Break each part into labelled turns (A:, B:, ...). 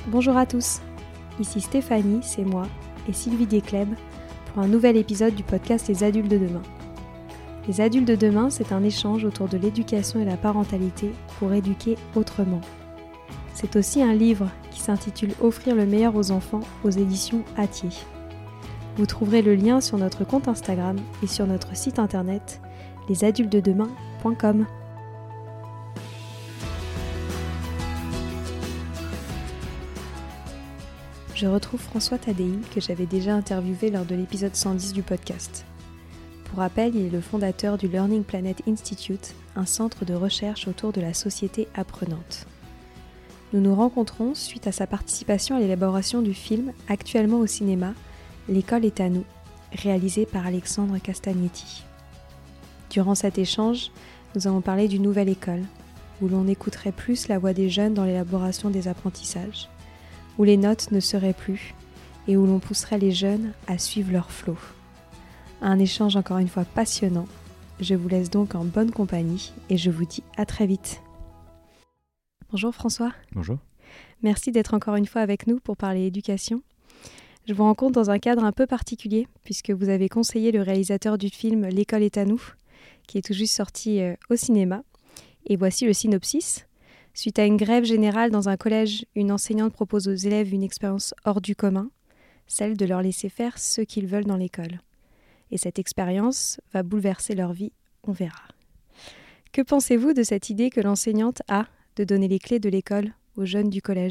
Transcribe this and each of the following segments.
A: Bonjour à tous, ici Stéphanie, c'est moi, et Sylvie Descleb pour un nouvel épisode du podcast Les Adultes de demain. Les Adultes de demain, c'est un échange autour de l'éducation et la parentalité pour éduquer autrement. C'est aussi un livre qui s'intitule Offrir le meilleur aux enfants aux éditions Hatier. Vous trouverez le lien sur notre compte Instagram et sur notre site internet lesadultesdedemain.com. Je retrouve François Tadei, que j'avais déjà interviewé lors de l'épisode 110 du podcast. Pour rappel, il est le fondateur du Learning Planet Institute, un centre de recherche autour de la société apprenante. Nous nous rencontrons suite à sa participation à l'élaboration du film, actuellement au cinéma, L'école est à nous, réalisé par Alexandre Castagnetti. Durant cet échange, nous avons parlé d'une nouvelle école, où l'on écouterait plus la voix des jeunes dans l'élaboration des apprentissages, où les notes ne seraient plus et où l'on pousserait les jeunes à suivre leur flot. Un échange encore une fois passionnant. Je vous laisse donc en bonne compagnie et je vous dis à très vite. Bonjour François.
B: Bonjour.
A: Merci d'être encore une fois avec nous pour parler éducation. Je vous rencontre dans un cadre un peu particulier puisque vous avez conseillé le réalisateur du film L'école est à nous, qui est tout juste sorti au cinéma. Et voici le synopsis. Suite à une grève générale dans un collège, une enseignante propose aux élèves une expérience hors du commun, celle de leur laisser faire ce qu'ils veulent dans l'école. Et cette expérience va bouleverser leur vie, on verra. Que pensez-vous de cette idée que l'enseignante a de donner les clés de l'école aux jeunes du collège ?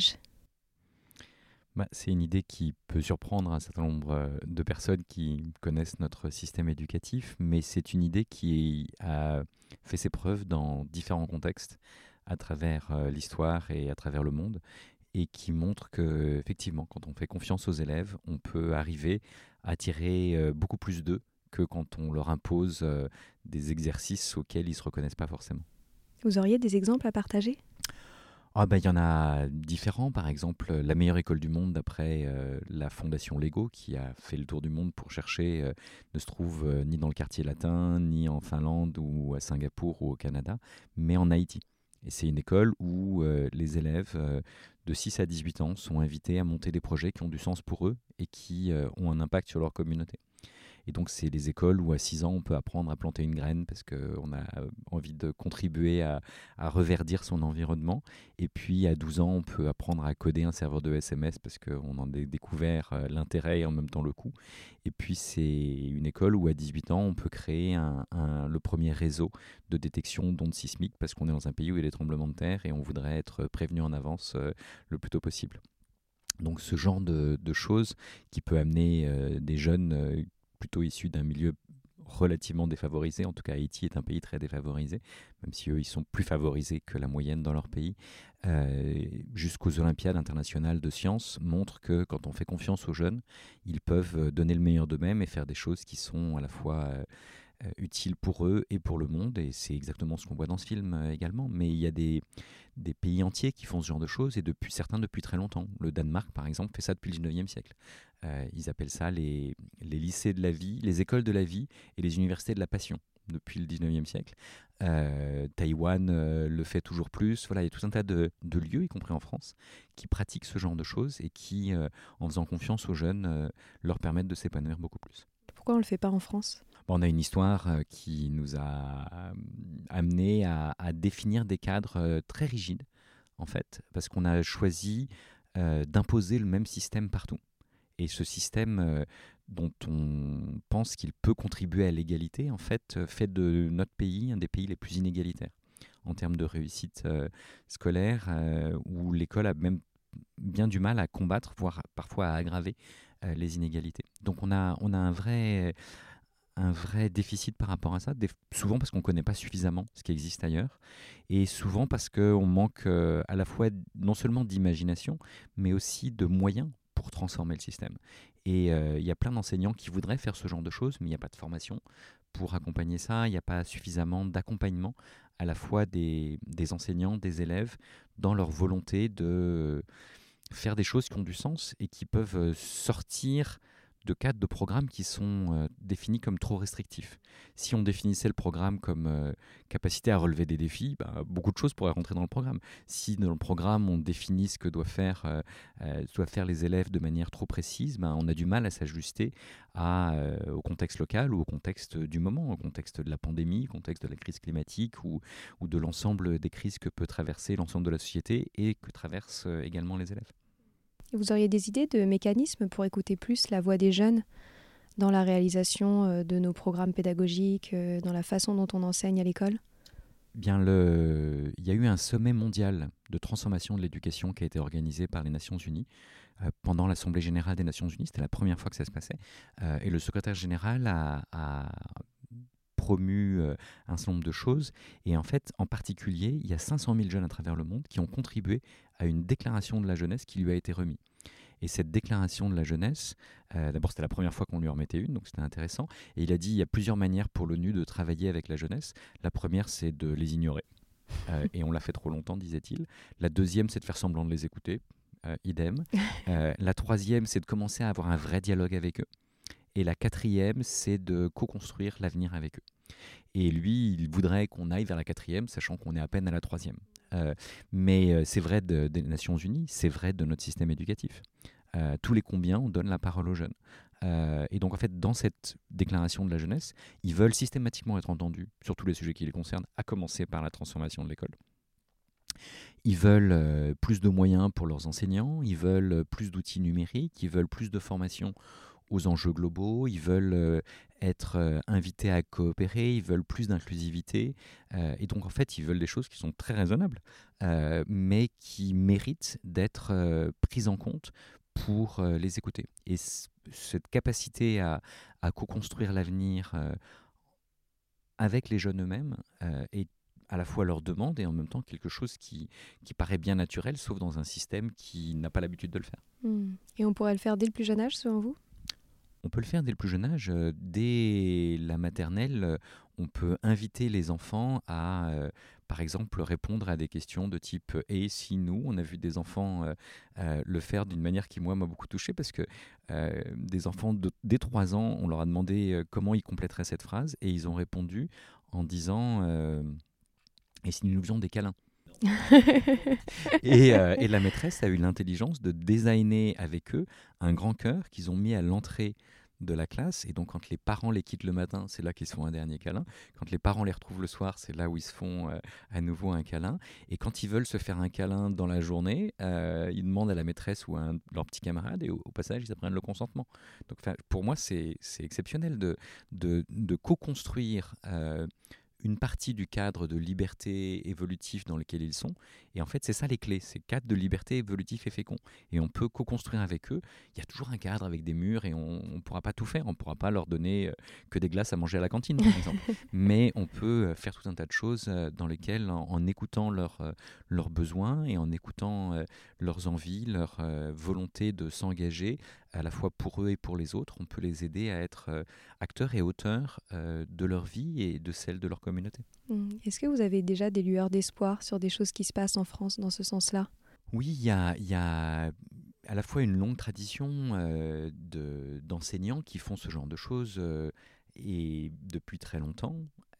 B: C'est une idée qui peut surprendre un certain nombre de personnes qui connaissent notre système éducatif, mais c'est une idée qui a fait ses preuves dans différents contextes, à travers l'histoire et à travers le monde, et qui montre que, effectivement, quand on fait confiance aux élèves, on peut arriver à tirer beaucoup plus d'eux que quand on leur impose des exercices auxquels ils ne se reconnaissent pas forcément.
A: Vous auriez des exemples à partager ?
B: Il y en a différents. Par exemple, la meilleure école du monde, d'après la fondation Lego, qui a fait le tour du monde pour chercher, ne se trouve ni dans le quartier latin, ni en Finlande, ou à Singapour, ou au Canada, mais en Haïti. Et c'est une école où les élèves de 6 à 18 ans sont invités à monter des projets qui ont du sens pour eux et qui ont un impact sur leur communauté. Et donc, c'est les écoles où à 6 ans, on peut apprendre à planter une graine parce qu'on a envie de contribuer à reverdir son environnement. Et puis, à 12 ans, on peut apprendre à coder un serveur de SMS parce qu'on en a découvert l'intérêt et en même temps le coût. Et puis, c'est une école où à 18 ans, on peut créer le premier réseau de détection d'ondes sismiques parce qu'on est dans un pays où il y a des tremblements de terre et on voudrait être prévenu en avance le plus tôt possible. Donc, ce genre de choses qui peut amener des jeunes plutôt issus d'un milieu relativement défavorisé, en tout cas Haïti est un pays très défavorisé, même si eux ils sont plus favorisés que la moyenne dans leur pays, jusqu'aux Olympiades internationales de sciences, montrent que quand on fait confiance aux jeunes, ils peuvent donner le meilleur d'eux-mêmes et faire des choses qui sont à la fois utiles pour eux et pour le monde, et c'est exactement ce qu'on voit dans ce film également. Mais il y a des pays entiers qui font ce genre de choses, et certains depuis très longtemps. Le Danemark, par exemple, fait ça depuis le 19e siècle. Ils appellent ça les lycées de la vie, les écoles de la vie et les universités de la passion depuis le 19e siècle. Taïwan le fait toujours plus. Voilà, il y a tout un tas de lieux, y compris en France, qui pratiquent ce genre de choses et qui, en faisant confiance aux jeunes, leur permettent de s'épanouir beaucoup plus.
A: Pourquoi on ne le fait pas en France ?
B: On a une histoire qui nous a amené à définir des cadres très rigides, en fait, parce qu'on a choisi d'imposer le même système partout. Et ce système dont on pense qu'il peut contribuer à l'égalité, en fait de notre pays un des pays les plus inégalitaires en termes de réussite scolaire, où l'école a même bien du mal à combattre, voire parfois à aggraver les inégalités. Donc on a un vrai déficit par rapport à ça, souvent parce qu'on ne connaît pas suffisamment ce qui existe ailleurs, et souvent parce qu'on manque à la fois non seulement d'imagination, mais aussi de moyens pour transformer le système. Et il y a plein d'enseignants qui voudraient faire ce genre de choses, mais il n'y a pas de formation pour accompagner ça, il n'y a pas suffisamment d'accompagnement à la fois des enseignants, des élèves, dans leur volonté de faire des choses qui ont du sens et qui peuvent sortir cadres de programmes qui sont définis comme trop restrictifs. Si on définissait le programme comme capacité à relever des défis, beaucoup de choses pourraient rentrer dans le programme. Si dans le programme on définit ce que doivent faire les élèves de manière trop précise, on a du mal à s'ajuster au contexte local ou au contexte du moment, au contexte de la pandémie, au contexte de la crise climatique ou de l'ensemble des crises que peut traverser l'ensemble de la société et que traversent également les élèves.
A: Vous auriez des idées de mécanismes pour écouter plus la voix des jeunes dans la réalisation de nos programmes pédagogiques, dans la façon dont on enseigne à l'école ?
B: Bien, il y a eu un sommet mondial de transformation de l'éducation qui a été organisé par les Nations Unies pendant l'Assemblée générale des Nations Unies. C'était la première fois que ça se passait. Et le secrétaire général a promu un certain nombre de choses. Et en fait, en particulier, il y a 500 000 jeunes à travers le monde qui ont contribué à une déclaration de la jeunesse qui lui a été remise. Et cette déclaration de la jeunesse, d'abord c'était la première fois qu'on lui en remettait une, donc c'était intéressant. Et il a dit il y a plusieurs manières pour l'ONU de travailler avec la jeunesse. La première, c'est de les ignorer. Et on l'a fait trop longtemps, disait-il. La deuxième, c'est de faire semblant de les écouter. Idem. La troisième, c'est de commencer à avoir un vrai dialogue avec eux. Et la quatrième, c'est de co-construire l'avenir avec eux. Et lui, il voudrait qu'on aille vers la quatrième, sachant qu'on est à peine à la troisième. Mais c'est vrai des Nations Unies, c'est vrai de notre système éducatif. Tous les combien, on donne la parole aux jeunes. Et donc, en fait, dans cette déclaration de la jeunesse, ils veulent systématiquement être entendus sur tous les sujets qui les concernent, à commencer par la transformation de l'école. Ils veulent plus de moyens pour leurs enseignants, ils veulent plus d'outils numériques, ils veulent plus de formation aux enjeux globaux, ils veulent être invités à coopérer, ils veulent plus d'inclusivité. Et donc, en fait, ils veulent des choses qui sont très raisonnables, mais qui méritent d'être prises en compte pour les écouter. Et cette capacité à co-construire l'avenir avec les jeunes eux-mêmes est à la fois leur demande et en même temps quelque chose qui paraît bien naturel, sauf dans un système qui n'a pas l'habitude de le faire.
A: Et on pourrait le faire dès le plus jeune âge, selon vous ?
B: On peut le faire dès le plus jeune âge. Dès la maternelle, on peut inviter les enfants à, par exemple, répondre à des questions de type « et si nous ?» On a vu des enfants le faire d'une manière qui, moi, m'a beaucoup touché parce que des enfants dès 3 ans, on leur a demandé comment ils compléteraient cette phrase et ils ont répondu en disant « et si nous faisions des câlins ?» et la maîtresse a eu l'intelligence de designer avec eux un grand cœur qu'ils ont mis à l'entrée de la classe. Et donc, quand les parents les quittent le matin, c'est là qu'ils se font un dernier câlin. Quand les parents les retrouvent le soir, c'est là où ils se font à nouveau un câlin. Et quand ils veulent se faire un câlin dans la journée, ils demandent à la maîtresse ou à leur petit camarade et au passage, ils apprennent le consentement. Donc, pour moi, c'est exceptionnel de co-construire une partie du cadre de liberté évolutif dans lequel ils sont. Et en fait, c'est ça les clés, c'est cadre de liberté évolutif et fécond. Et on peut co-construire avec eux. Il y a toujours un cadre avec des murs et on ne pourra pas tout faire. On ne pourra pas leur donner que des glaces à manger à la cantine, par exemple. Mais on peut faire tout un tas de choses dans lesquelles, en écoutant leurs besoins et en écoutant leurs envies, leur volonté de s'engager, à la fois pour eux et pour les autres, on peut les aider à être acteurs et auteurs de leur vie et de celle de leur communauté.
A: Est-ce que vous avez déjà des lueurs d'espoir sur des choses qui se passent en France dans ce sens-là ?
B: Oui, il y a à la fois une longue tradition d'enseignants qui font ce genre de choses et depuis très longtemps.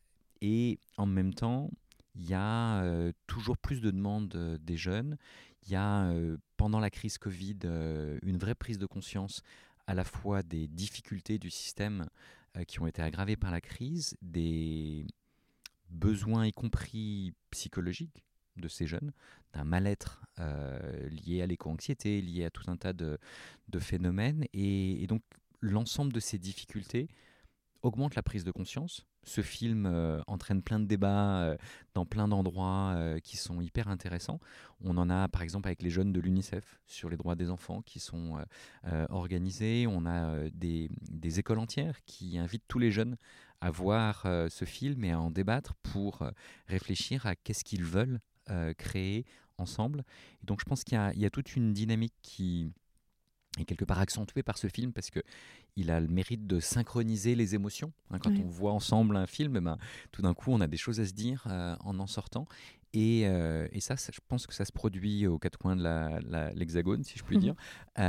B: Et en même temps, il y a toujours plus de demandes des jeunes. Il y a, pendant la crise Covid, une vraie prise de conscience à la fois des difficultés du système qui ont été aggravées par la crise, des besoins y compris psychologiques de ces jeunes, d'un mal-être lié à l'éco-anxiété, lié à tout un tas de phénomènes. Et donc, l'ensemble de ces difficultés augmente la prise de conscience. Ce film entraîne plein de débats dans plein d'endroits qui sont hyper intéressants. On en a par exemple avec les jeunes de l'UNICEF sur les droits des enfants qui sont organisés. On a des écoles entières qui invitent tous les jeunes à voir ce film et à en débattre pour réfléchir à qu'est-ce qu'ils veulent créer ensemble. Et donc je pense qu'il y a toute une dynamique qui est quelque part accentuée par ce film parce qu'il a le mérite de synchroniser les émotions. Quand on voit ensemble un film, tout d'un coup, on a des choses à se dire en sortant. Et ça, je pense que ça se produit aux quatre coins de l'hexagone, si je puis dire.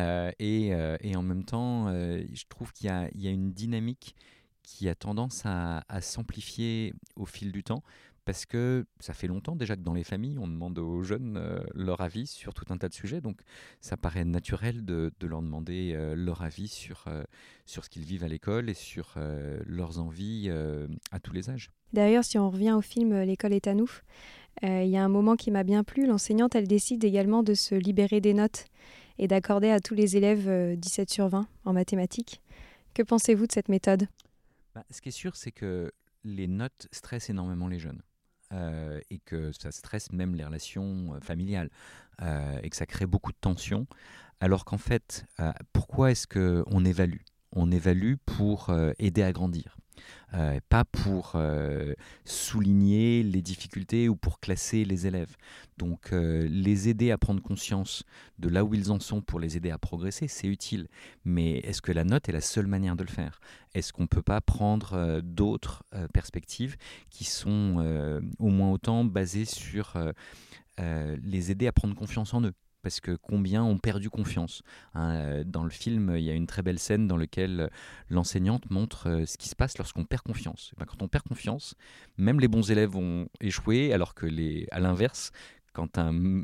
B: Et en même temps, je trouve qu'il y a une dynamique qui a tendance à s'amplifier au fil du temps, parce que ça fait longtemps déjà que dans les familles, on demande aux jeunes leur avis sur tout un tas de sujets. Donc ça paraît naturel de leur demander leur avis sur ce qu'ils vivent à l'école et sur leurs envies à tous les âges.
A: D'ailleurs, si on revient au film L'école est à nous, il y a un moment qui m'a bien plu. L'enseignante, elle décide également de se libérer des notes et d'accorder à tous les élèves 17 sur 20 en mathématiques. Que pensez-vous de cette méthode ?
B: Ce qui est sûr, c'est que les notes stressent énormément les jeunes. Et que ça stresse même les relations familiales, et que ça crée beaucoup de tensions, alors qu'en fait, pourquoi est-ce qu'on évalue ? On évalue pour aider à grandir, pas pour souligner les difficultés ou pour classer les élèves. Donc les aider à prendre conscience de là où ils en sont pour les aider à progresser, c'est utile. Mais est-ce que la note est la seule manière de le faire ? Est-ce qu'on ne peut pas prendre d'autres perspectives qui sont au moins autant basées sur les aider à prendre confiance en eux ? Parce que combien ont perdu confiance, hein. Dans le film, il y a une très belle scène dans laquelle l'enseignante montre ce qui se passe lorsqu'on perd confiance. Quand on perd confiance, même les bons élèves vont échouer, alors que à l'inverse, quand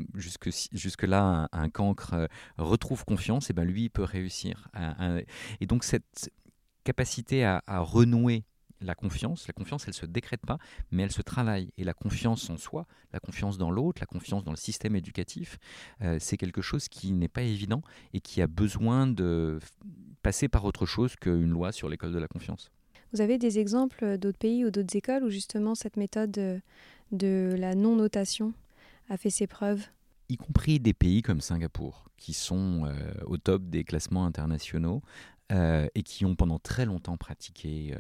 B: jusque-là un cancre retrouve confiance, et ben lui, il peut réussir. Et donc cette capacité à renouer la confiance, elle ne se décrète pas, mais elle se travaille. Et la confiance en soi, la confiance dans l'autre, la confiance dans le système éducatif, c'est quelque chose qui n'est pas évident et qui a besoin de passer par autre chose qu'une loi sur l'école de la confiance.
A: Vous avez des exemples d'autres pays ou d'autres écoles où justement cette méthode de la non-notation a fait ses preuves ?
B: Y compris des pays comme Singapour, qui sont au top des classements internationaux, et qui ont pendant très longtemps pratiqué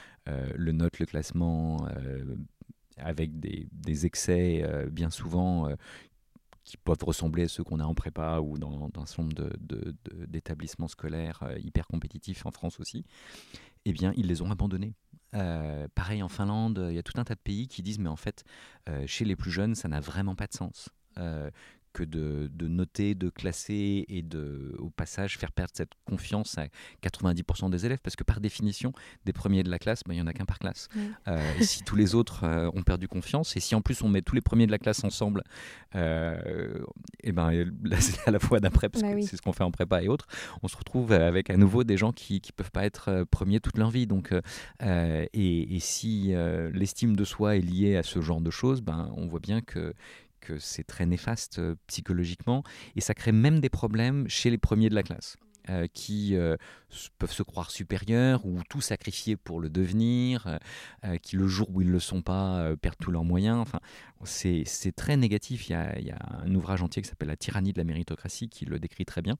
B: le classement, avec des excès bien souvent qui peuvent ressembler à ceux qu'on a en prépa ou dans un certain nombre d'établissements scolaires hyper compétitifs en France aussi. Eh bien, ils les ont abandonnés. Pareil en Finlande, il y a tout un tas de pays qui disent mais en fait, chez les plus jeunes, ça n'a vraiment pas de sens. Que de noter, de classer et au passage faire perdre cette confiance à 90% des élèves, parce que par définition, des premiers de la classe, il n'y en a qu'un par classe. Et si tous les autres ont perdu confiance, et si en plus on met tous les premiers de la classe ensemble, et là c'est à la fois d'après, parce que c'est ce qu'on fait en prépa et autres, on se retrouve avec à nouveau des gens qui ne peuvent pas être premiers toute leur vie. Donc, et si l'estime de soi est liée à ce genre de choses, on voit bien que c'est très néfaste psychologiquement, et ça crée même des problèmes chez les premiers de la classe, qui peuvent se croire supérieurs ou tout sacrifier pour le devenir, qui le jour où ils ne le sont pas perdent tous leurs moyens. Enfin, c'est très négatif. Il y a un ouvrage entier qui s'appelle « La tyrannie de la méritocratie » qui le décrit très bien.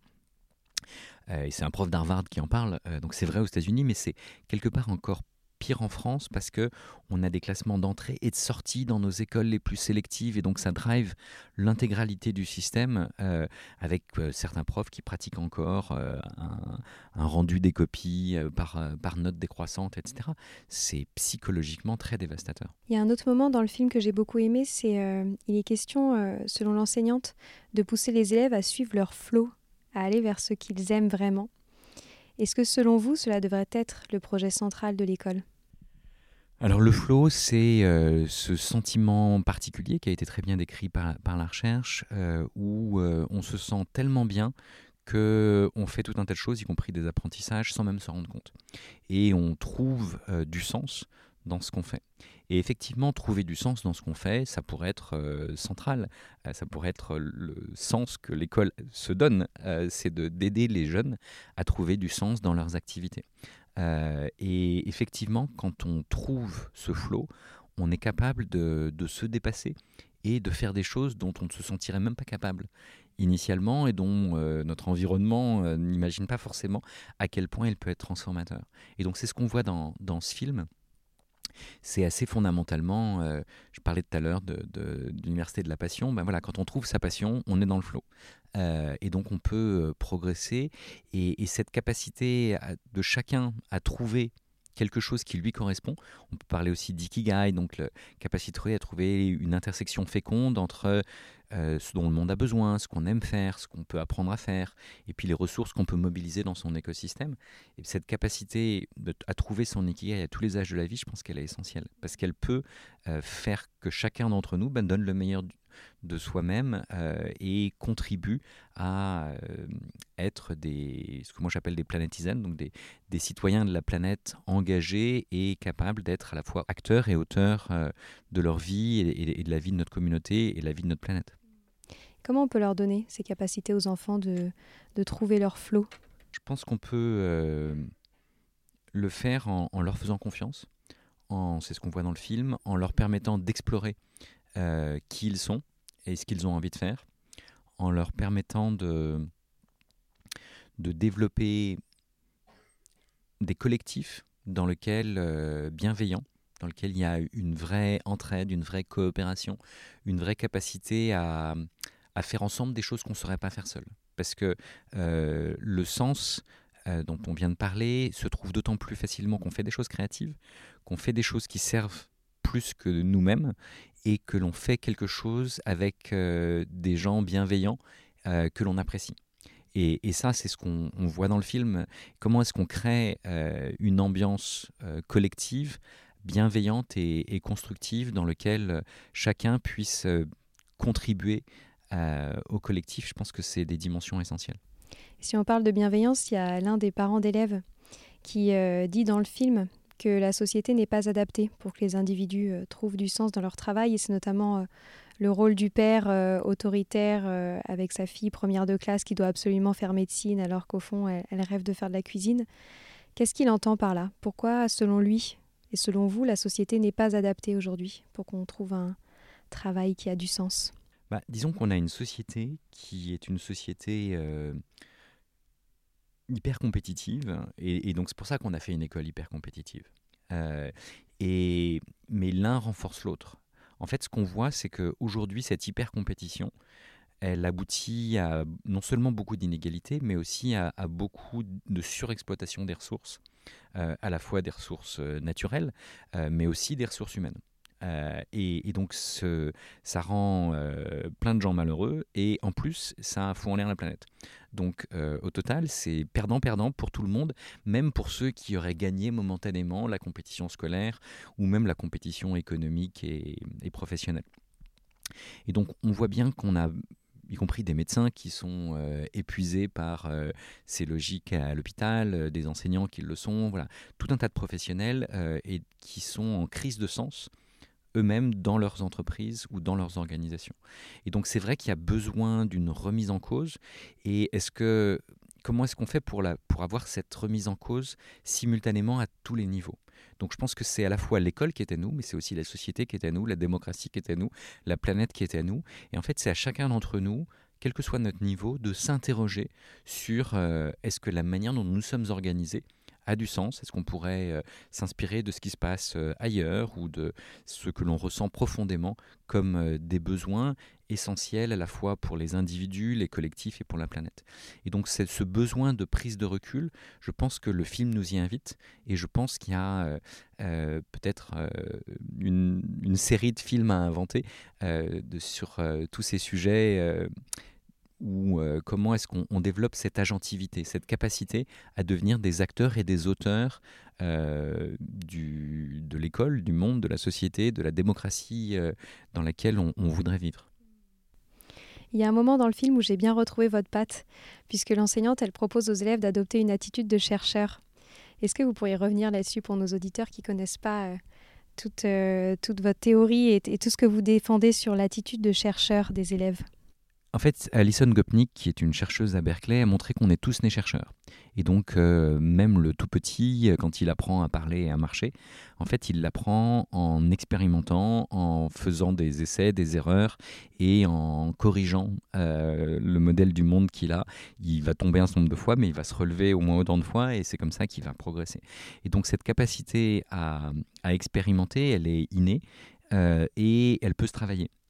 B: Et c'est un prof d'Harvard qui en parle, donc c'est vrai aux États-Unis, mais c'est quelque part encore pire en France, parce qu'on a des classements d'entrée et de sortie dans nos écoles les plus sélectives, et donc ça drive l'intégralité du système, avec certains profs qui pratiquent encore un rendu des copies par note décroissante, etc. C'est psychologiquement très dévastateur.
A: Il y a un autre moment dans le film que j'ai beaucoup aimé, c'est il est question, selon l'enseignante, de pousser les élèves à suivre leur flow, à aller vers ce qu'ils aiment vraiment. Est-ce que selon vous, cela devrait être le projet central de l'école ?
B: Alors le flow, c'est ce sentiment particulier qui a été très bien décrit par la recherche, où on se sent tellement bien qu'on fait tout un tas de choses, y compris des apprentissages, sans même s'en rendre compte. Et on trouve du sens dans ce qu'on fait. Et effectivement, trouver du sens dans ce qu'on fait, ça pourrait être central. Ça pourrait être le sens que l'école se donne, c'est d'aider les jeunes à trouver du sens dans leurs activités. Et effectivement, quand on trouve ce flow, on est capable de se dépasser et de faire des choses dont on ne se sentirait même pas capable initialement, et dont notre environnement n'imagine pas forcément à quel point il peut être transformateur. Et donc c'est ce qu'on voit dans ce film. C'est assez fondamentalement, je parlais tout à l'heure de l'université de la passion, voilà, quand on trouve sa passion, on est dans le flow. Et donc on peut progresser, et cette capacité de chacun à trouver quelque chose qui lui correspond. On peut parler aussi d'ikigai, donc la capacité à trouver une intersection féconde entre ce dont le monde a besoin, ce qu'on aime faire, ce qu'on peut apprendre à faire, et puis les ressources qu'on peut mobiliser dans son écosystème. Et cette capacité à trouver son ikigai à tous les âges de la vie, je pense qu'elle est essentielle, parce qu'elle peut faire que chacun d'entre nous donne le meilleur de soi-même et contribue à être ce que moi j'appelle des planétisènes, donc des citoyens de la planète engagés et capables d'être à la fois acteurs et auteurs de leur vie et de la vie de notre communauté et de la vie de notre planète.
A: Comment on peut leur donner ces capacités aux enfants de trouver leur flow ?
B: Je pense qu'on peut le faire en leur faisant confiance, c'est ce qu'on voit dans le film, en leur permettant d'explorer qui ils sont et ce qu'ils ont envie de faire, en leur permettant de développer des collectifs bienveillants, dans lesquels il y a une vraie entraide, une vraie coopération, une vraie capacité à faire ensemble des choses qu'on ne saurait pas faire seul. Parce que le sens dont on vient de parler se trouve d'autant plus facilement qu'on fait des choses créatives, qu'on fait des choses qui servent plus que nous-mêmes et que l'on fait quelque chose avec des gens bienveillants que l'on apprécie. Et ça, c'est ce qu'on voit dans le film. Comment est-ce qu'on crée une ambiance collective, bienveillante et constructive dans laquelle chacun puisse contribuer au collectif. Je pense que c'est des dimensions essentielles.
A: Si on parle de bienveillance, il y a l'un des parents d'élèves qui dit dans le film que la société n'est pas adaptée pour que les individus trouvent du sens dans leur travail. Et c'est notamment le rôle du père autoritaire avec sa fille première de classe qui doit absolument faire médecine alors qu'au fond, elle rêve de faire de la cuisine. Qu'est-ce qu'il entend par là ? Pourquoi, selon lui et selon vous, la société n'est pas adaptée aujourd'hui pour qu'on trouve un travail qui a du sens ?
B: Disons qu'on a une société qui est une société hyper compétitive, et donc c'est pour ça qu'on a fait une école hyper compétitive. Mais l'un renforce l'autre. En fait, ce qu'on voit, c'est qu'aujourd'hui, cette hyper compétition, elle aboutit à non seulement beaucoup d'inégalités, mais aussi à beaucoup de surexploitation des ressources, à la fois des ressources naturelles, mais aussi des ressources humaines. Et donc ça rend plein de gens malheureux, et en plus ça fout en l'air la planète. Donc au total c'est perdant-perdant pour tout le monde, même pour ceux qui auraient gagné momentanément la compétition scolaire ou même la compétition économique et professionnelle. Et donc on voit bien qu'on a y compris des médecins qui sont épuisés par ces logiques à l'hôpital, des enseignants qui le sont, voilà, tout un tas de professionnels et qui sont en crise de sens eux-mêmes dans leurs entreprises ou dans leurs organisations. Et donc c'est vrai qu'il y a besoin d'une remise en cause. Et comment est-ce qu'on fait pour avoir cette remise en cause simultanément à tous les niveaux ? Donc je pense que c'est à la fois l'école qui est à nous, mais c'est aussi la société qui est à nous, la démocratie qui est à nous, la planète qui est à nous. Et en fait, c'est à chacun d'entre nous, quel que soit notre niveau, de s'interroger sur est-ce que la manière dont nous sommes organisés a du sens ? Est-ce qu'on pourrait s'inspirer de ce qui se passe ailleurs ou de ce que l'on ressent profondément comme des besoins essentiels à la fois pour les individus, les collectifs et pour la planète. Et donc c'est ce besoin de prise de recul, je pense que le film nous y invite, et je pense qu'il y a peut-être une série de films à inventer sur tous ces sujets ou comment est-ce qu'on développe cette agentivité, cette capacité à devenir des acteurs et des auteurs de l'école, du monde, de la société, de la démocratie dans laquelle on voudrait vivre.
A: Il y a un moment dans le film où j'ai bien retrouvé votre patte, puisque l'enseignante, elle propose aux élèves d'adopter une attitude de chercheur. Est-ce que vous pourriez revenir là-dessus pour nos auditeurs qui ne connaissent pas toute votre théorie et tout ce que vous défendez sur l'attitude de chercheur des élèves ?
B: En fait, Alison Gopnik, qui est une chercheuse à Berkeley, a montré qu'on est tous nés chercheurs. Et donc, même le tout petit, quand il apprend à parler et à marcher, en fait, il l'apprend en expérimentant, en faisant des essais, des erreurs et en corrigeant le modèle du monde qu'il a. Il va tomber un certain nombre de fois, mais il va se relever au moins autant de fois, et c'est comme ça qu'il va progresser. Et donc, cette capacité à expérimenter, elle est innée et elle peut se travailler.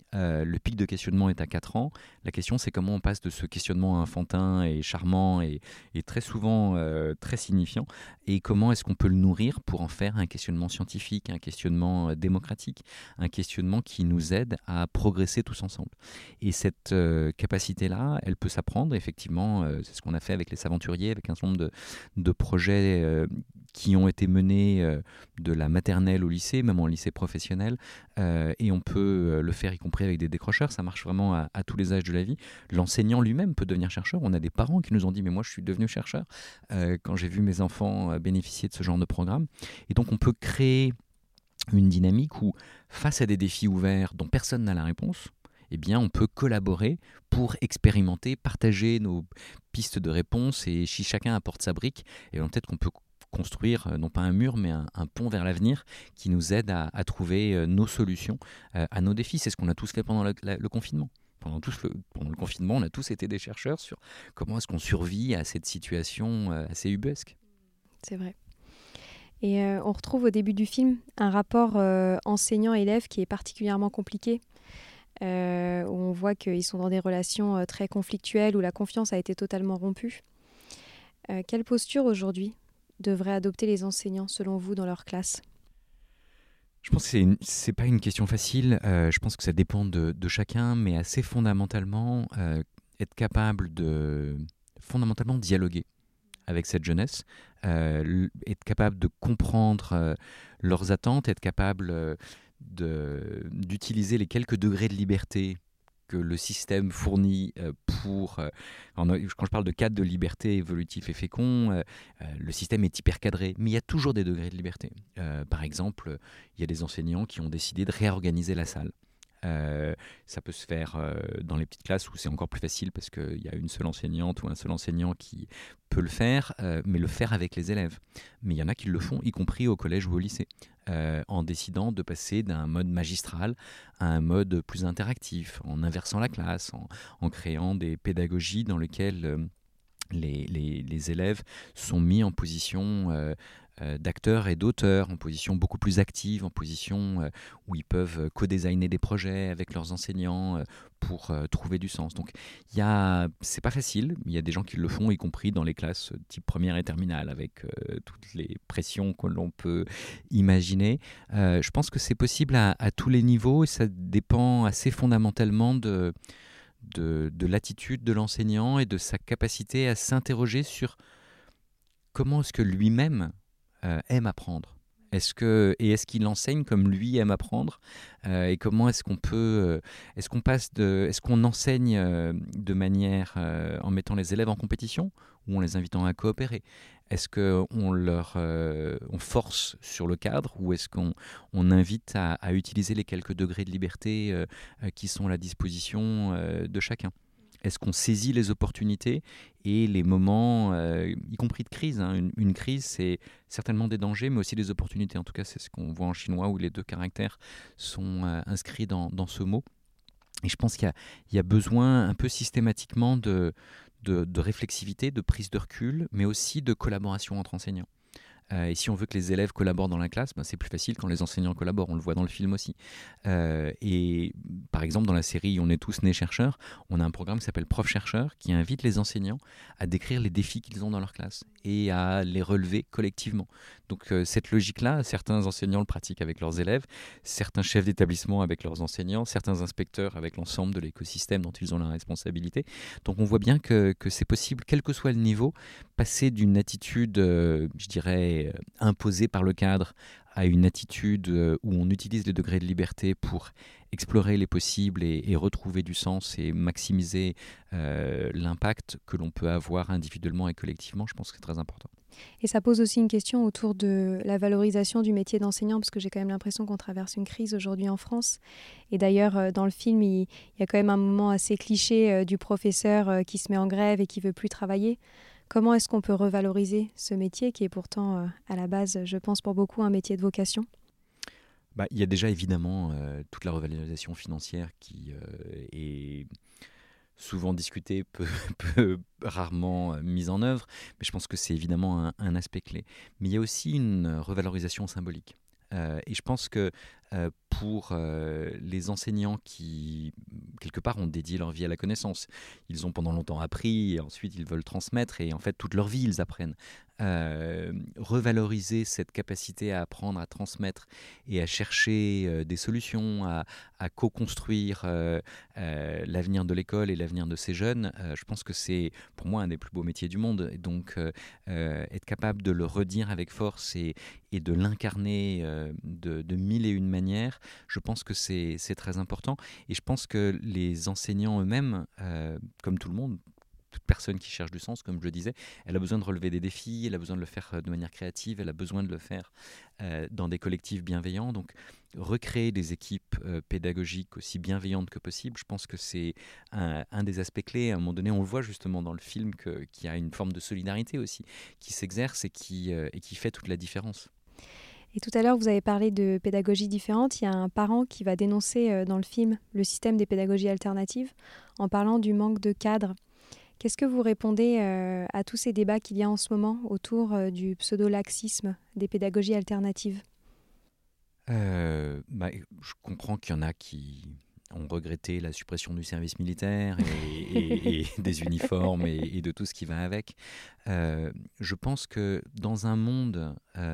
B: Le pic de questionnement est à 4 ans. La question, c'est comment on passe de ce questionnement enfantin et charmant et très souvent très signifiant, et comment est-ce qu'on peut le nourrir pour en faire un questionnement scientifique, un questionnement démocratique, un questionnement qui nous aide à progresser tous ensemble. Et cette capacité-là, elle peut s'apprendre, effectivement. C'est ce qu'on a fait avec les Saventuriers, avec un certain nombre de projets qui ont été menés de la maternelle au lycée, même en lycée professionnel, et on peut le faire y compris avec des décrocheurs. Ça marche vraiment à tous les âges de la vie. L'enseignant lui-même peut devenir chercheur. On a des parents qui nous ont dit « mais moi je suis devenu chercheur quand j'ai vu mes enfants bénéficier de ce genre de programme ». Et donc on peut créer une dynamique où, face à des défis ouverts dont personne n'a la réponse, eh bien, on peut collaborer pour expérimenter, partager nos pistes de réponse, et si chacun apporte sa brique, et peut-être qu'on peut construire, non pas un mur, mais un pont vers l'avenir qui nous aide à trouver nos solutions à nos défis. C'est ce qu'on a tous fait pendant le confinement. Pendant le confinement, on a tous été des chercheurs sur comment est-ce qu'on survit à cette situation assez ubuesque.
A: C'est vrai. Et on retrouve au début du film un rapport enseignant-élève qui est particulièrement compliqué, où on voit qu'ils sont dans des relations très conflictuelles, où la confiance a été totalement rompue. Quelle posture aujourd'hui devraient adopter les enseignants, selon vous, dans leur classe ?
B: Je pense que c'est pas une question facile. Je pense que ça dépend de chacun, mais assez fondamentalement, être capable de fondamentalement dialoguer avec cette jeunesse, être capable de comprendre leurs attentes, être capable d'utiliser les quelques degrés de liberté que le système fournit quand je parle de cadre de liberté évolutif et fécond, le système est hyper cadré, mais il y a toujours des degrés de liberté. Par exemple, il y a des enseignants qui ont décidé de réorganiser la salle. Ça peut se faire dans les petites classes où c'est encore plus facile parce qu'il y a une seule enseignante ou un seul enseignant qui peut le faire, mais le faire avec les élèves. Mais il y en a qui le font, y compris au collège ou au lycée, en décidant de passer d'un mode magistral à un mode plus interactif, en inversant la classe, en créant des pédagogies dans lesquelles les élèves sont mis en position d'acteurs et d'auteurs, en position beaucoup plus active, en position où ils peuvent co-designer des projets avec leurs enseignants pour trouver du sens. Donc c'est pas facile, il y a des gens qui le font, y compris dans les classes type première et terminale, avec toutes les pressions que l'on peut imaginer. Je pense que c'est possible à tous les niveaux, et ça dépend assez fondamentalement de l'attitude de l'enseignant et de sa capacité à s'interroger sur comment est-ce que lui-même aime apprendre. Est-ce qu'il enseigne comme lui aime apprendre, et comment est-ce qu'on enseigne de manière en mettant les élèves en compétition ou en les invitant à coopérer? Est-ce qu'on on force sur le cadre, ou est-ce qu'on invite à utiliser les quelques degrés de liberté qui sont à la disposition de chacun? Est-ce qu'on saisit les opportunités et les moments, y compris de crise, hein. Une crise, c'est certainement des dangers, mais aussi des opportunités. En tout cas, c'est ce qu'on voit en chinois, où les deux caractères sont inscrits dans ce mot. Et je pense qu'il y a besoin un peu systématiquement de réflexivité, de prise de recul, mais aussi de collaboration entre enseignants. Et si on veut que les élèves collaborent dans la classe, c'est plus facile quand les enseignants collaborent. On le voit dans le film aussi. Et par exemple, dans la série On est tous nés chercheurs, on a un programme qui s'appelle Prof chercheur, qui invite les enseignants à décrire les défis qu'ils ont dans leur classe et à les relever collectivement. Donc cette logique-là, certains enseignants le pratiquent avec leurs élèves, certains chefs d'établissement avec leurs enseignants, certains inspecteurs avec l'ensemble de l'écosystème dont ils ont la responsabilité. Donc on voit bien que c'est possible, quel que soit le niveau, passer d'une attitude, je dirais, imposée par le cadre, à une attitude où on utilise les degrés de liberté pour explorer les possibles et retrouver du sens et maximiser l'impact que l'on peut avoir individuellement et collectivement. Je pense que c'est très important.
A: Et ça pose aussi une question autour de la valorisation du métier d'enseignant, parce que j'ai quand même l'impression qu'on traverse une crise aujourd'hui en France. Et d'ailleurs, dans le film, il y a quand même un moment assez cliché du professeur qui se met en grève et qui ne veut plus travailler. Comment est-ce qu'on peut revaloriser ce métier qui est pourtant, à la base, je pense pour beaucoup, un métier de vocation ?
B: Il y a déjà évidemment toute la revalorisation financière qui est souvent discutée, peu rarement mise en œuvre, mais je pense que c'est évidemment un aspect clé. Mais il y a aussi une revalorisation symbolique. Et je pense que pour les enseignants qui, quelque part, ont dédié leur vie à la connaissance, ils ont pendant longtemps appris et ensuite ils veulent transmettre et en fait toute leur vie ils apprennent. Revaloriser cette capacité à apprendre, à transmettre et à chercher des solutions, à co-construire l'avenir de l'école et l'avenir de ces jeunes, je pense que c'est pour moi un des plus beaux métiers du monde. Et donc être capable de le redire avec force et de l'incarner de mille et une manières, je pense que c'est très important. Et je pense que les enseignants eux-mêmes, comme tout le monde, toute personne qui cherche du sens, comme je le disais, elle a besoin de relever des défis, elle a besoin de le faire de manière créative, elle a besoin de le faire dans des collectifs bienveillants. Donc, recréer des équipes pédagogiques aussi bienveillantes que possible, je pense que c'est un des aspects clés. À un moment donné, on le voit justement dans le film qu'il y a une forme de solidarité aussi qui s'exerce et qui fait toute la différence.
A: Et tout à l'heure, vous avez parlé de pédagogie différente. Il y a un parent qui va dénoncer dans le film le système des pédagogies alternatives en parlant du manque de cadres. Qu'est-ce que vous répondez à tous ces débats qu'il y a en ce moment autour du pseudo-laxisme des pédagogies alternatives ?
B: Je comprends qu'il y en a qui ont regretté la suppression du service militaire et des uniformes et de tout ce qui va avec. Je pense que dans un monde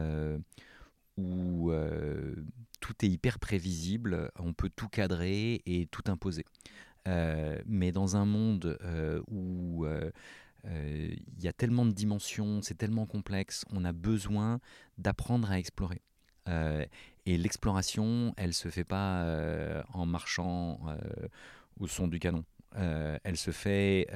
B: où tout est hyper prévisible, on peut tout cadrer et tout imposer. Mais dans un monde où il y a tellement de dimensions, c'est tellement complexe, on a besoin d'apprendre à explorer. Et l'exploration, elle ne se fait pas en marchant au son du canon. Elle se fait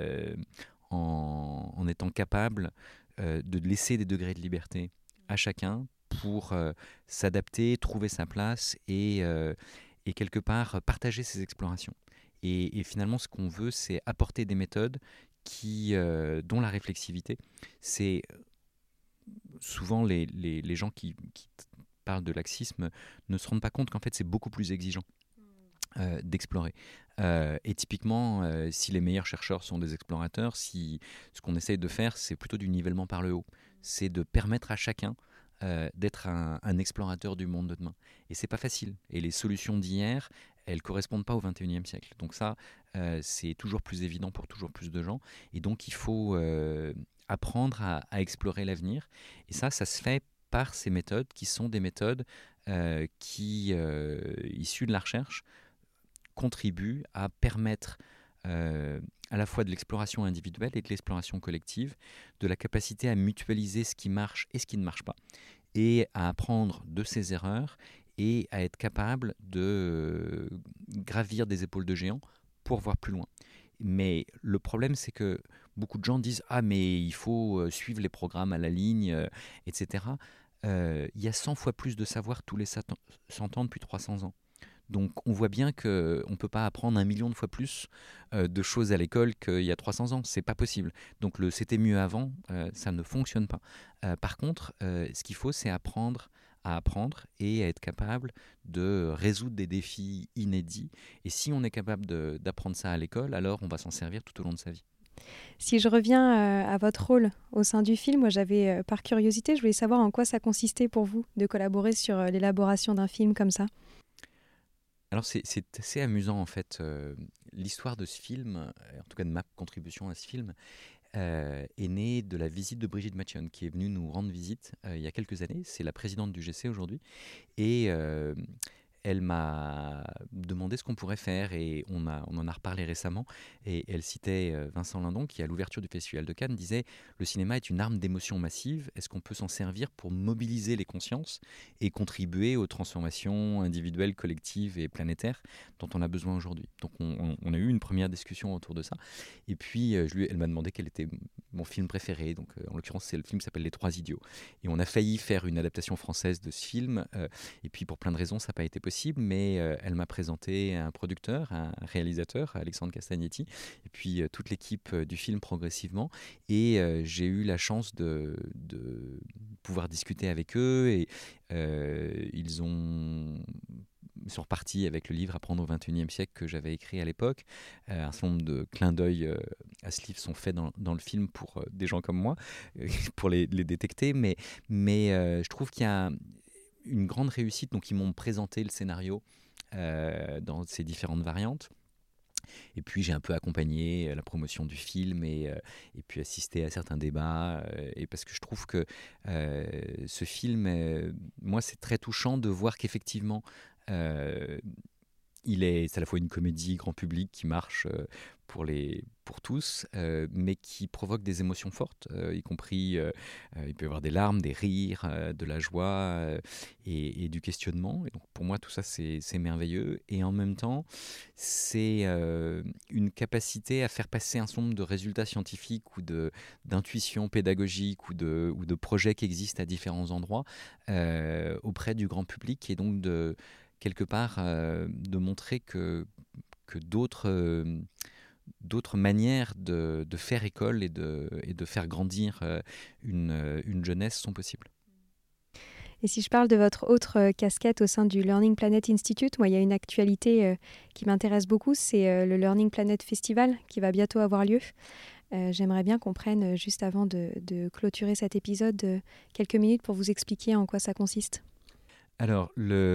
B: en étant capable de laisser des degrés de liberté à chacun pour s'adapter, trouver sa place et quelque part partager ses explorations. Et finalement, ce qu'on veut, c'est apporter des méthodes dont la réflexivité, c'est souvent les gens qui parlent de laxisme ne se rendent pas compte qu'en fait, c'est beaucoup plus exigeant d'explorer. Et typiquement, si les meilleurs chercheurs sont des explorateurs, si ce qu'on essaye de faire, c'est plutôt du nivellement par le haut. C'est de permettre à chacun d'être un explorateur du monde de demain. Et c'est pas facile. Et les solutions d'hier, elles correspondent pas au XXIe siècle. Donc ça, c'est toujours plus évident pour toujours plus de gens. Et donc il faut apprendre à explorer l'avenir. Et ça se fait par ces méthodes qui sont des méthodes qui, issues de la recherche, contribuent à permettre à la fois de l'exploration individuelle et de l'exploration collective, de la capacité à mutualiser ce qui marche et ce qui ne marche pas, et à apprendre de ses erreurs et à être capable de gravir des épaules de géant pour voir plus loin. Mais le problème, c'est que beaucoup de gens disent « Ah, mais il faut suivre les programmes à la ligne, etc. » Il y a 100 fois plus de savoir tous les 100 ans depuis 300 ans. Donc on voit bien qu'on ne peut pas apprendre 1 million de fois plus de choses à l'école qu'il y a 300 ans. C'est pas possible. Donc le c'était mieux avant, ça ne fonctionne pas. Par contre, ce qu'il faut, c'est apprendre à apprendre et à être capable de résoudre des défis inédits. Et si on est capable d'apprendre ça à l'école, alors on va s'en servir tout au long de sa vie.
A: Si je reviens à votre rôle au sein du film, moi j'avais, par curiosité, je voulais savoir en quoi ça consistait pour vous de collaborer sur l'élaboration d'un film comme ça.
B: Alors c'est assez amusant en fait. L'histoire de ce film, en tout cas de ma contribution à ce film, est née de la visite de Brigitte Mathion, qui est venue nous rendre visite il y a quelques années. C'est la présidente du GC aujourd'hui. Et elle m'a demandé ce qu'on pourrait faire et on en a reparlé récemment. Et elle citait Vincent Lindon qui, à l'ouverture du Festival de Cannes, disait « Le cinéma est une arme d'émotion massive. Est-ce qu'on peut s'en servir pour mobiliser les consciences et contribuer aux transformations individuelles, collectives et planétaires dont on a besoin aujourd'hui ?» Donc on a eu une première discussion autour de ça. Et puis elle m'a demandé quel était mon film préféré. Donc en l'occurrence, c'est le film qui s'appelle Les Trois Idiots. Et on a failli faire une adaptation française de ce film. Et puis pour plein de raisons, ça n'a pas été possible. Mais elle m'a présenté un producteur, un réalisateur, Alexandre Castagnetti, et puis toute l'équipe du film progressivement. Et j'ai eu la chance de pouvoir discuter avec eux. Et ils sont repartis avec le livre Apprendre au XXIe siècle que j'avais écrit à l'époque. Un certain nombre de clins d'œil à ce livre sont faits dans le film pour des gens comme moi, pour les détecter. Mais je trouve qu'il y a une grande réussite. Donc, ils m'ont présenté le scénario dans ses différentes variantes. Et puis j'ai un peu accompagné la promotion du film et puis assisté à certains débats. Et parce que je trouve que ce film, moi c'est très touchant de voir qu'effectivement c'est à la fois une comédie grand public qui marche pour tous, mais qui provoque des émotions fortes, y compris il peut y avoir des larmes, des rires, de la joie et du questionnement. Et donc pour moi tout ça c'est merveilleux. Et en même temps c'est une capacité à faire passer un certain nombre de résultats scientifiques ou d'intuitions pédagogiques ou de projets qui existent à différents endroits auprès du grand public, et donc quelque part de montrer que d'autres manières de faire école et de faire grandir une jeunesse sont possibles.
A: Et si je parle de votre autre casquette au sein du Learning Planet Institute, moi, il y a une actualité qui m'intéresse beaucoup, c'est le Learning Planet Festival qui va bientôt avoir lieu. J'aimerais bien qu'on prenne, juste avant de clôturer cet épisode, quelques minutes pour vous expliquer en quoi ça consiste.
B: Alors,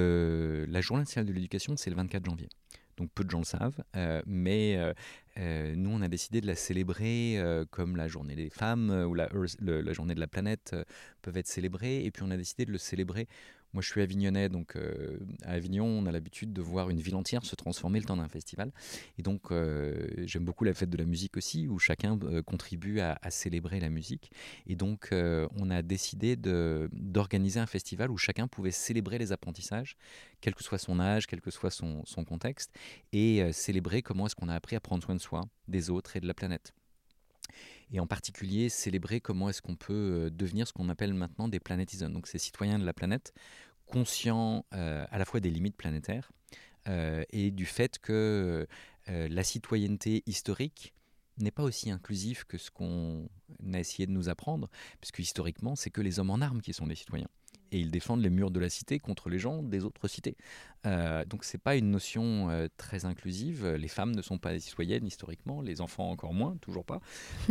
B: la Journée nationale de l'éducation, c'est le 24 janvier. Donc peu de gens le savent, mais nous on a décidé de la célébrer comme la journée des femmes ou la journée de la planète peuvent être célébrées, et puis on a décidé de le célébrer. Moi je suis avignonnais, donc à Avignon on a l'habitude de voir une ville entière se transformer le temps d'un festival, et donc j'aime beaucoup la fête de la musique aussi, où chacun contribue à célébrer la musique, et donc on a décidé d'organiser un festival où chacun pouvait célébrer les apprentissages, quel que soit son âge, quel que soit son contexte, et célébrer comment est-ce qu'on a appris à prendre soin de soi, des autres et de la planète. Et en particulier, célébrer comment est-ce qu'on peut devenir ce qu'on appelle maintenant des planétisons, donc ces citoyens de la planète, conscients à la fois des limites planétaires et du fait que la citoyenneté historique n'est pas aussi inclusive que ce qu'on a essayé de nous apprendre, puisque historiquement, c'est que les hommes en armes qui sont des citoyens. Et ils défendent les murs de la cité contre les gens des autres cités. Donc c'est pas une notion très inclusive. Les femmes ne sont pas des citoyennes historiquement, les enfants encore moins, toujours pas.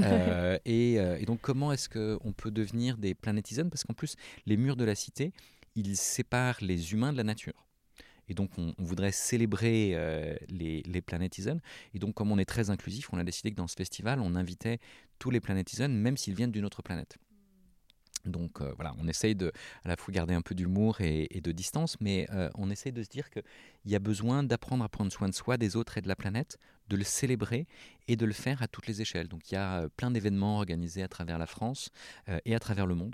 B: Et donc comment est-ce qu'on peut devenir des planétisons ? Parce qu'en plus, les murs de la cité, ils séparent les humains de la nature. Et donc on voudrait célébrer les planétisons. Et donc comme on est très inclusif, on a décidé que dans ce festival, on invitait tous les planétisons, même s'ils viennent d'une autre planète. Donc voilà, on essaye de à la fois garder un peu d'humour et de distance, mais on essaye de se dire qu'il y a besoin d'apprendre à prendre soin de soi, des autres et de la planète, de le célébrer et de le faire à toutes les échelles. Donc il y a plein d'événements organisés à travers la France et à travers le monde.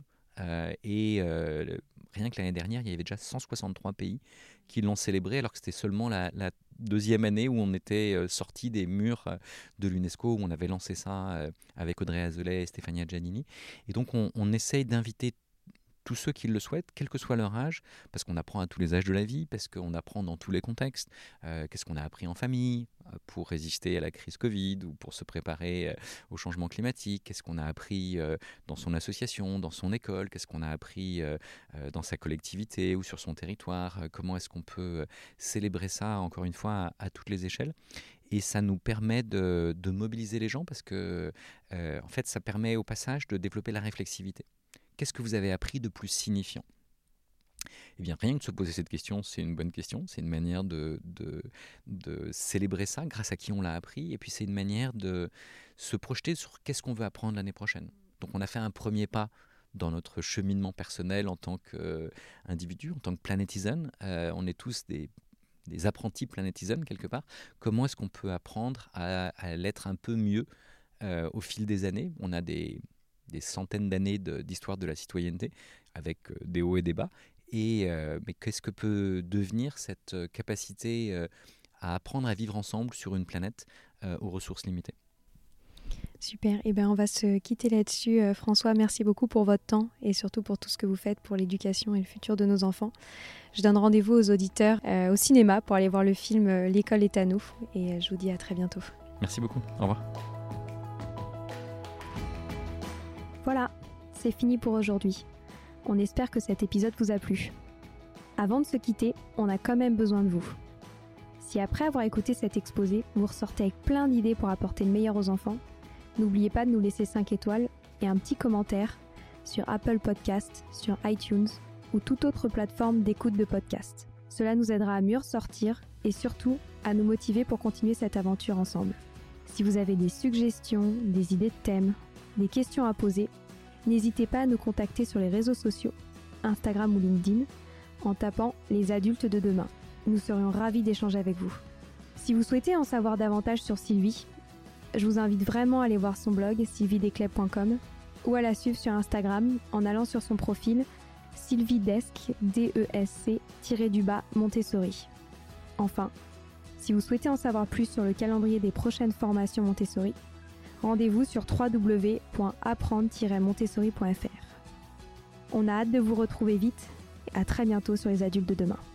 B: Rien que l'année dernière, il y avait déjà 163 pays qui l'ont célébré, alors que c'était seulement la deuxième année où on était sorti des murs de l'UNESCO, où on avait lancé ça avec Audrey Azoulay et Stefania Giannini. Et donc on essaye d'inviter tous ceux qui le souhaitent, quel que soit leur âge, parce qu'on apprend à tous les âges de la vie, parce qu'on apprend dans tous les contextes. Qu'est-ce qu'on a appris en famille pour résister à la crise Covid ou pour se préparer au changement climatique? Qu'est-ce qu'on a appris dans son association, dans son école? Qu'est-ce qu'on a appris dans sa collectivité ou sur son territoire? Comment est-ce qu'on peut célébrer ça, encore une fois, à toutes les échelles? Et ça nous permet de mobiliser les gens, parce que en fait, ça permet au passage de développer la réflexivité. Qu'est-ce que vous avez appris de plus signifiant ? Eh bien, rien que de se poser cette question, c'est une bonne question. C'est une manière de célébrer ça, grâce à qui on l'a appris. Et puis, c'est une manière de se projeter sur qu'est-ce qu'on veut apprendre l'année prochaine. Donc, on a fait un premier pas dans notre cheminement personnel en tant qu'individu, en tant que planétisone. On est tous des apprentis planétisones, quelque part. Comment est-ce qu'on peut apprendre à l'être un peu mieux au fil des années ? On a des centaines d'années d'histoire de la citoyenneté, avec des hauts et des bas. Mais qu'est-ce que peut devenir cette capacité à apprendre à vivre ensemble sur une planète aux ressources limitées ?
A: Super, et on va se quitter là-dessus. François, merci beaucoup pour votre temps et surtout pour tout ce que vous faites pour l'éducation et le futur de nos enfants. Je donne rendez-vous aux auditeurs au cinéma pour aller voir le film L'école est à nous, et je vous dis à très bientôt.
B: Merci beaucoup, au revoir.
A: Voilà, c'est fini pour aujourd'hui. On espère que cet épisode vous a plu. Avant de se quitter, on a quand même besoin de vous. Si après avoir écouté cet exposé, vous ressortez avec plein d'idées pour apporter le meilleur aux enfants, n'oubliez pas de nous laisser 5 étoiles et un petit commentaire sur Apple Podcasts, sur iTunes ou toute autre plateforme d'écoute de podcast. Cela nous aidera à mieux ressortir et surtout à nous motiver pour continuer cette aventure ensemble. Si vous avez des suggestions, des idées de thèmes, des questions à poser, n'hésitez pas à nous contacter sur les réseaux sociaux, Instagram ou LinkedIn, en tapant « Les adultes de demain ». Nous serions ravis d'échanger avec vous. Si vous souhaitez en savoir davantage sur Sylvie, je vous invite vraiment à aller voir son blog sylviedesclés.com ou à la suivre sur Instagram en allant sur son profil sylviedesc, Montessori. Enfin, si vous souhaitez en savoir plus sur le calendrier des prochaines formations Montessori, rendez-vous sur www.apprendre-montessori.fr. On a hâte de vous retrouver vite et à très bientôt sur Les Adultes de demain.